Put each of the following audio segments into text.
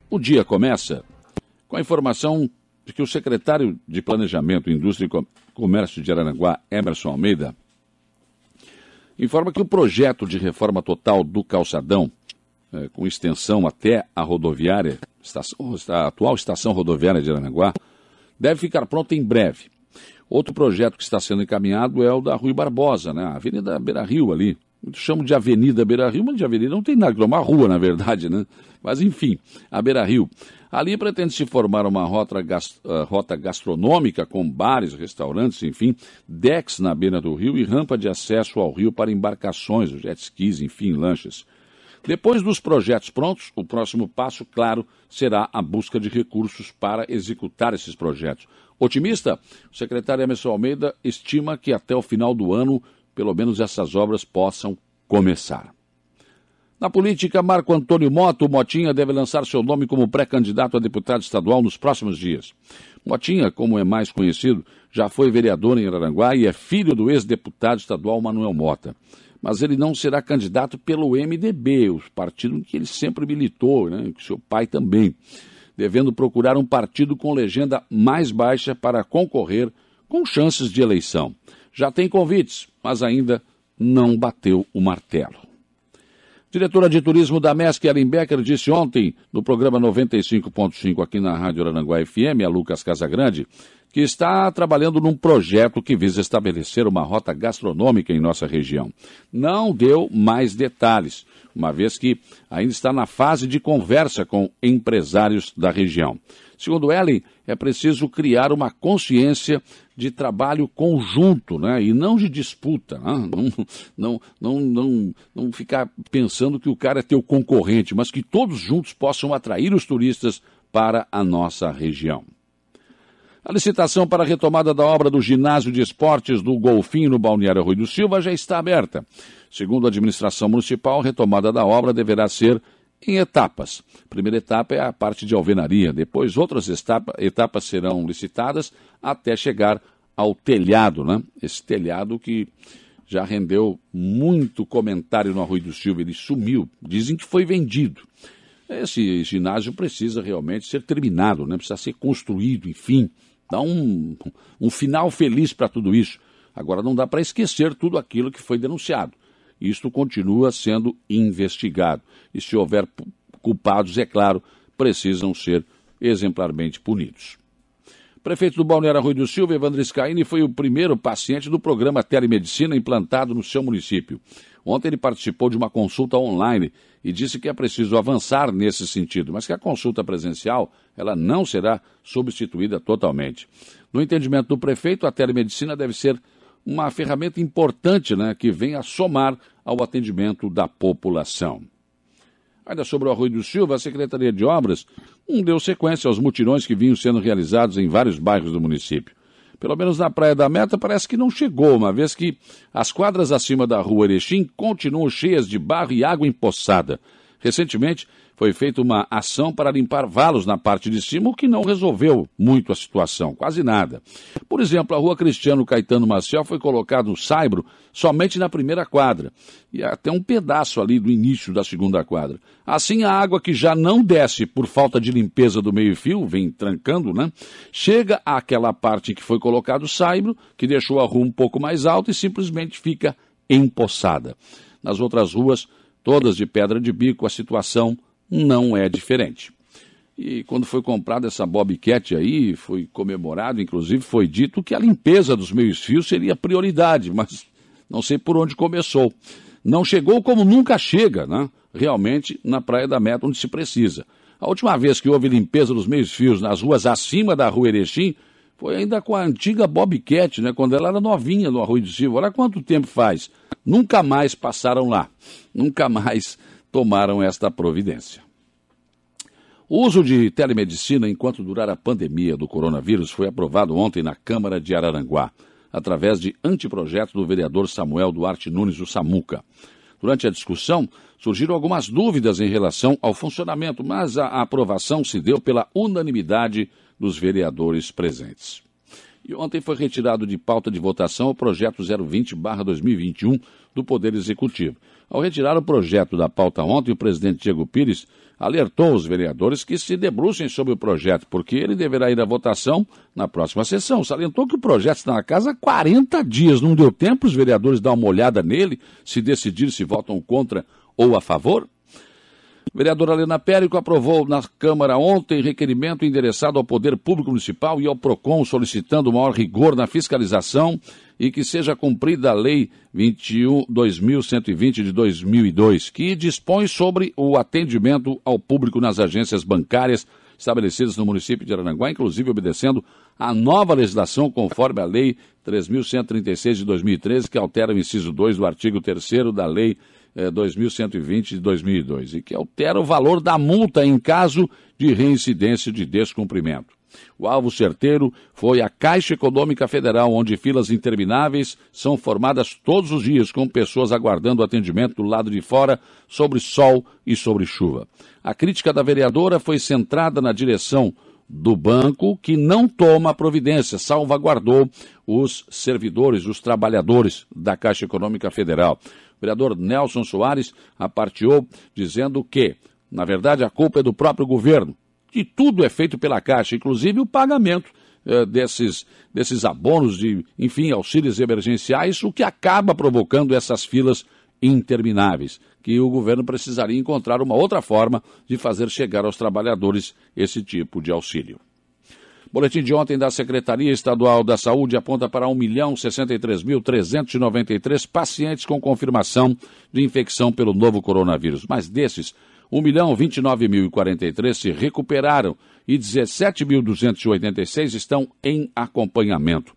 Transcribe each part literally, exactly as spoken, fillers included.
O dia começa com a informação de que o secretário de Planejamento, Indústria e Comércio de Araranguá, Emerson Almeida, informa que o projeto de reforma total do calçadão, eh, com extensão até a rodoviária, estação, a atual estação rodoviária de Araranguá, deve ficar pronto em breve. Outro projeto que está sendo encaminhado é o da Rui Barbosa, né? A Avenida Beira-Rio ali. Muitos chamam de Avenida Beira-Rio, mas de avenida não tem nada, é uma rua, na verdade, né? Mas, enfim, a Beira-Rio. Ali pretende-se formar uma rota, gast... uh, rota gastronômica com bares, restaurantes, enfim, decks na beira do rio e rampa de acesso ao rio para embarcações, jet skis, enfim, lanchas. Depois dos projetos prontos, o próximo passo, claro, será a busca de recursos para executar esses projetos. Otimista? O secretário Emerson Almeida estima que até o final do ano, pelo menos essas obras possam começar. Na política, Marco Antônio Mota, o Motinha, deve lançar seu nome como pré-candidato a deputado estadual nos próximos dias. Motinha, como é mais conhecido, já foi vereador em Araranguá e é filho do ex-deputado estadual Manuel Mota. Mas ele não será candidato pelo M D B, o partido em que ele sempre militou, né, seu pai também, devendo procurar um partido com legenda mais baixa para concorrer com chances de eleição. Já tem convites, mas ainda não bateu o martelo. Diretora de Turismo da MESC, Ellen Becker, disse ontem, no programa noventa e cinco ponto cinco aqui na Rádio Araranguá F M, a Lucas Casagrande, que está trabalhando num projeto que visa estabelecer uma rota gastronômica em nossa região. Não deu mais detalhes, uma vez que ainda está na fase de conversa com empresários da região. Segundo Ellen, é preciso criar uma consciência de trabalho conjunto, né? E não de disputa. Né? Não, não, não, não, não ficar pensando que o cara é teu concorrente, mas que todos juntos possam atrair os turistas para a nossa região. A licitação para a retomada da obra do ginásio de esportes do Golfinho no Balneário Rui do Silva já está aberta. Segundo a administração municipal, a retomada da obra deverá ser em etapas. A primeira etapa é a parte de alvenaria, depois outras etapa, etapas serão licitadas até chegar ao telhado, né? Esse telhado que já rendeu muito comentário no Arroio do Silva, ele sumiu, dizem que foi vendido. Esse ginásio precisa realmente ser terminado, né? Precisa ser construído, enfim, dar um, um final feliz para tudo isso. Agora não dá para esquecer tudo aquilo que foi denunciado. Isto continua sendo investigado. E se houver culpados, é claro, precisam ser exemplarmente punidos. O prefeito do Balneário Rui do Silva, Evandro Scaini, foi o primeiro paciente do programa Telemedicina implantado no seu município. Ontem ele participou de uma consulta online e disse que é preciso avançar nesse sentido, mas que a consulta presencial ela não será substituída totalmente. No entendimento do prefeito, a telemedicina deve ser uma ferramenta importante, né, que vem a somar ao atendimento da população. Ainda sobre o Arroio do Silva, a Secretaria de Obras não deu sequência aos mutirões que vinham sendo realizados em vários bairros do município. Pelo menos na Praia da Meta parece que não chegou, uma vez que as quadras acima da rua Erechim continuam cheias de barro e água empoçada. Recentemente foi feita uma ação para limpar valos na parte de cima, o que não resolveu muito a situação, quase nada. Por exemplo, a rua Cristiano Caetano Maciel foi colocado um saibro somente na primeira quadra, e até um pedaço ali do início da segunda quadra. Assim, a água que já não desce por falta de limpeza do meio-fio, vem trancando, né? Chega àquela parte em que foi colocado o saibro, que deixou a rua um pouco mais alta e simplesmente fica empoçada. Nas outras ruas, todas de pedra de bico, a situação não é diferente. E quando foi comprada essa Bobcat aí, foi comemorado, inclusive foi dito que a limpeza dos meios-fios seria prioridade, mas não sei por onde começou. Não chegou como nunca chega, né? Realmente na Praia da Meta, onde se precisa. A última vez que houve limpeza dos meios-fios nas ruas acima da rua Erechim foi ainda com a antiga Bobcat, né? Quando ela era novinha no Arroio do Silva. Olha quanto tempo faz. Nunca mais passaram lá. Nunca mais tomaram esta providência. O uso de telemedicina enquanto durar a pandemia do coronavírus foi aprovado ontem na Câmara de Araranguá, através de anteprojeto do vereador Samuel Duarte Nunes, o Samuca. Durante a discussão, surgiram algumas dúvidas em relação ao funcionamento, mas a aprovação se deu pela unanimidade dos vereadores presentes. E ontem foi retirado de pauta de votação o projeto zero vinte barra dois mil e vinte e um do Poder Executivo. Ao retirar o projeto da pauta ontem, o presidente Diego Pires alertou os vereadores que se debrucem sobre o projeto, porque ele deverá ir à votação na próxima sessão. Salientou que o projeto está na casa há quarenta dias. Não deu tempo os vereadores dar uma olhada nele, se decidir se votam contra ou a favor? A vereadora Helena Périco aprovou na Câmara ontem requerimento endereçado ao Poder Público Municipal e ao PROCON, solicitando maior rigor na fiscalização e que seja cumprida a Lei vinte e um, dois mil cento e vinte de dois mil e dois, que dispõe sobre o atendimento ao público nas agências bancárias estabelecidas no município de Araranguá, inclusive obedecendo à nova legislação conforme a Lei três mil cento e trinta e seis de dois mil e treze, que altera o inciso dois do artigo terceiro da Lei eh, dois mil cento e vinte de dois mil e dois, e que altera o valor da multa em caso de reincidência de descumprimento. O alvo certeiro foi a Caixa Econômica Federal, onde filas intermináveis são formadas todos os dias, com pessoas aguardando atendimento do lado de fora, sobre sol e sobre chuva. A crítica da vereadora foi centrada na direção do banco, que não toma providência, salvaguardou os servidores, os trabalhadores da Caixa Econômica Federal. O vereador Nelson Soares aparteou dizendo que, na verdade, a culpa é do próprio governo, que tudo é feito pela Caixa, inclusive o pagamento eh, desses, desses abonos de, enfim, auxílios emergenciais, o que acaba provocando essas filas intermináveis, que o governo precisaria encontrar uma outra forma de fazer chegar aos trabalhadores esse tipo de auxílio. Boletim de ontem da Secretaria Estadual da Saúde aponta para um milhão sessenta e três mil trezentos e noventa e três pacientes com confirmação de infecção pelo novo coronavírus, mas desses, um milhão vinte e nove mil e quarenta e três se recuperaram e dezessete mil duzentos e oitenta e seis estão em acompanhamento.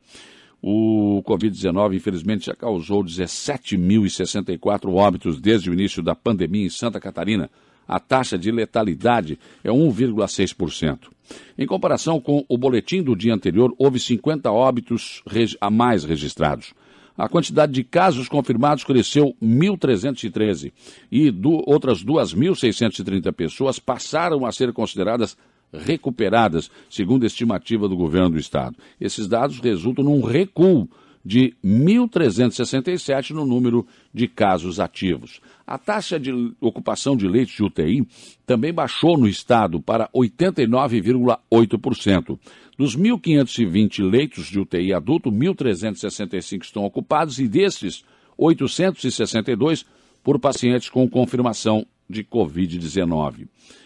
O covid dezenove, infelizmente, já causou dezessete mil e sessenta e quatro óbitos desde o início da pandemia em Santa Catarina. A taxa de letalidade é um vírgula seis por cento. Em comparação com o boletim do dia anterior, houve cinquenta óbitos a mais registrados. A quantidade de casos confirmados cresceu mil trezentos e treze e do, outras duas mil seiscentos e trinta pessoas passaram a ser consideradas recuperadas, segundo a estimativa do governo do estado. Esses dados resultam num recuo de mil trezentos e sessenta e sete no número de casos ativos. A taxa de ocupação de leitos de U T I também baixou no estado para oitenta e nove vírgula oito por cento. Dos mil quinhentos e vinte leitos de U T I adulto, mil trezentos e sessenta e cinco estão ocupados e desses, oitocentos e sessenta e dois por pacientes com confirmação de covid dezenove.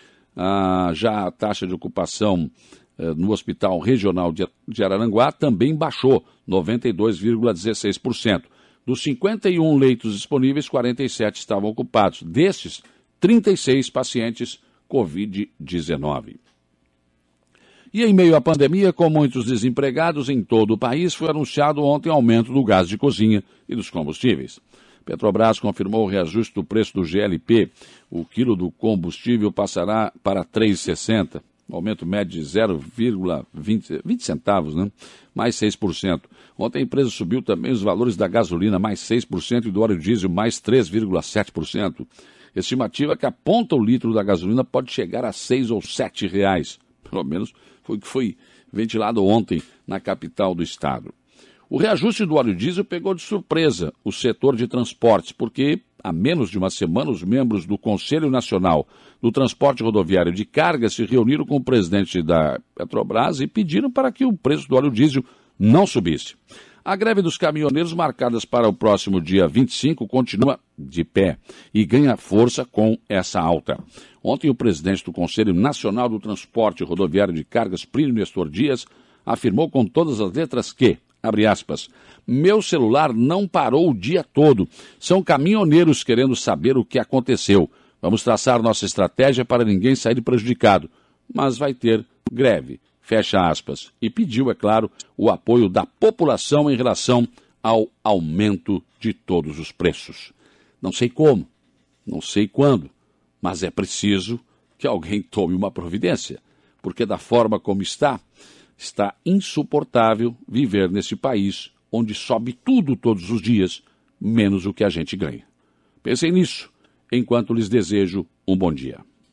Ah, já a taxa de ocupação eh, no Hospital Regional de, de Araranguá também baixou, noventa e dois vírgula dezesseis por cento. Dos cinquenta e um leitos disponíveis, quarenta e sete estavam ocupados. Destes, trinta e seis pacientes covid dezenove. E em meio à pandemia, com muitos desempregados em todo o país, foi anunciado ontem o aumento do gás de cozinha e dos combustíveis. Petrobras confirmou o reajuste do preço do G L P. O quilo do combustível passará para três reais e sessenta centavos, aumento médio de zero vírgula vinte centavos, né? Mais seis por cento. Ontem a empresa subiu também os valores da gasolina, mais seis por cento, e do óleo diesel, mais três vírgula sete por cento. Estimativa que aponta o litro da gasolina pode chegar a seis ou sete reais. Pelo menos foi o que foi ventilado ontem na capital do estado. O reajuste do óleo diesel pegou de surpresa o setor de transportes, porque há menos de uma semana os membros do Conselho Nacional do Transporte Rodoviário de Carga se reuniram com o presidente da Petrobras e pediram para que o preço do óleo diesel não subisse. A greve dos caminhoneiros, marcadas para o próximo dia vinte e cinco, continua de pé e ganha força com essa alta. Ontem, o presidente do Conselho Nacional do Transporte Rodoviário de Cargas, Plínio Nestor Dias, afirmou com todas as letras que, abre aspas, meu celular não parou o dia todo. São caminhoneiros querendo saber o que aconteceu. Vamos traçar nossa estratégia para ninguém sair prejudicado. Mas vai ter greve. Fecha aspas. E pediu, é claro, o apoio da população em relação ao aumento de todos os preços. Não sei como, não sei quando, mas é preciso que alguém tome uma providência, porque da forma como está, está insuportável viver nesse país onde sobe tudo todos os dias, menos o que a gente ganha. Pensem nisso, enquanto lhes desejo um bom dia.